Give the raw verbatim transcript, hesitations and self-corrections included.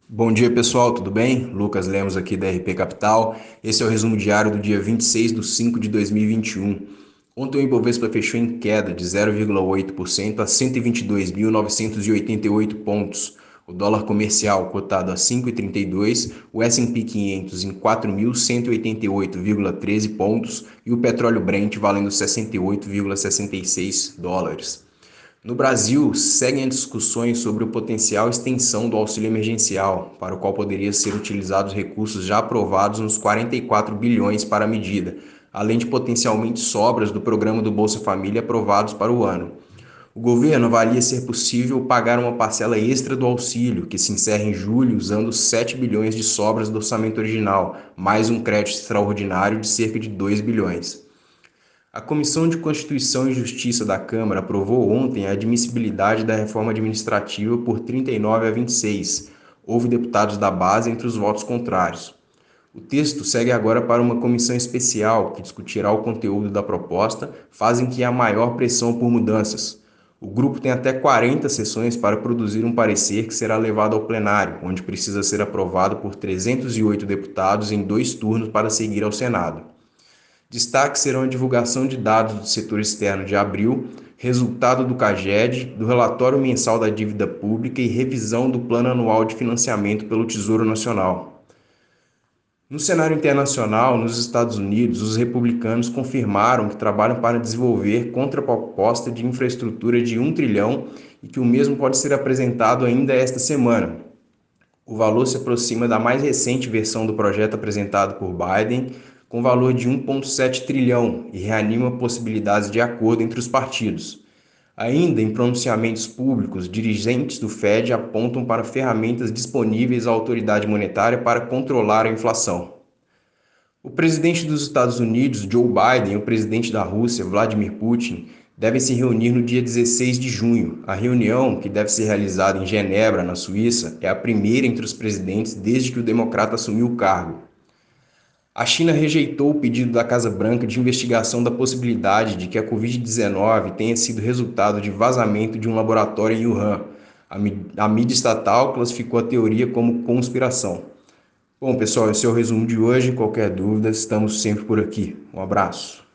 Bom dia, pessoal, tudo bem? Lucas Lemos aqui da R P Capital. Esse é o resumo diário do dia vinte e seis de cinco de dois mil e vinte e um. Ontem o Ibovespa fechou em queda de zero vírgula oito por cento a cento e vinte e dois mil novecentos e oitenta e oito pontos. O dólar comercial cotado a cinco vírgula trinta e dois, o S e P quinhentos em quatro mil cento e oitenta e oito vírgula treze pontos e o petróleo Brent valendo sessenta e oito vírgula sessenta e seis dólares. No Brasil, seguem as discussões sobre a potencial extensão do auxílio emergencial, para o qual poderiam ser utilizados recursos já aprovados nos quarenta e quatro bilhões para a medida, além de potencialmente sobras do programa do Bolsa Família aprovados para o ano. O governo avalia ser possível pagar uma parcela extra do auxílio, que se encerra em julho, usando sete bilhões de sobras do orçamento original, mais um crédito extraordinário de cerca de dois bilhões. A Comissão de Constituição e Justiça da Câmara aprovou ontem a admissibilidade da reforma administrativa por trinta e nove a vinte e seis. Houve deputados da base entre os votos contrários. O texto segue agora para uma comissão especial que discutirá o conteúdo da proposta, fazem que há maior pressão por mudanças. O grupo tem até quarenta sessões para produzir um parecer que será levado ao plenário, onde precisa ser aprovado por trezentos e oito deputados em dois turnos para seguir ao Senado. Destaque serão a divulgação de dados do setor externo de abril, resultado do CAGED, do relatório mensal da dívida pública e revisão do Plano Anual de Financiamento pelo Tesouro Nacional. No cenário internacional, nos Estados Unidos, os republicanos confirmaram que trabalham para desenvolver contraproposta de infraestrutura de um trilhão e que o mesmo pode ser apresentado ainda esta semana. O valor se aproxima da mais recente versão do projeto apresentado por Biden, com valor de um vírgula sete trilhão, e reanima possibilidades de acordo entre os partidos. Ainda em pronunciamentos públicos, dirigentes do Fed apontam para ferramentas disponíveis à autoridade monetária para controlar a inflação. O presidente dos Estados Unidos, Joe Biden, e o presidente da Rússia, Vladimir Putin, devem se reunir no dia dezesseis de junho. A reunião, que deve ser realizada em Genebra, na Suíça, é a primeira entre os presidentes desde que o democrata assumiu o cargo. A China rejeitou o pedido da Casa Branca de investigação da possibilidade de que a covid dezenove tenha sido resultado de vazamento de um laboratório em Wuhan. A mídia estatal classificou a teoria como conspiração. Bom, pessoal, esse é o resumo de hoje. Qualquer dúvida, estamos sempre por aqui. Um abraço.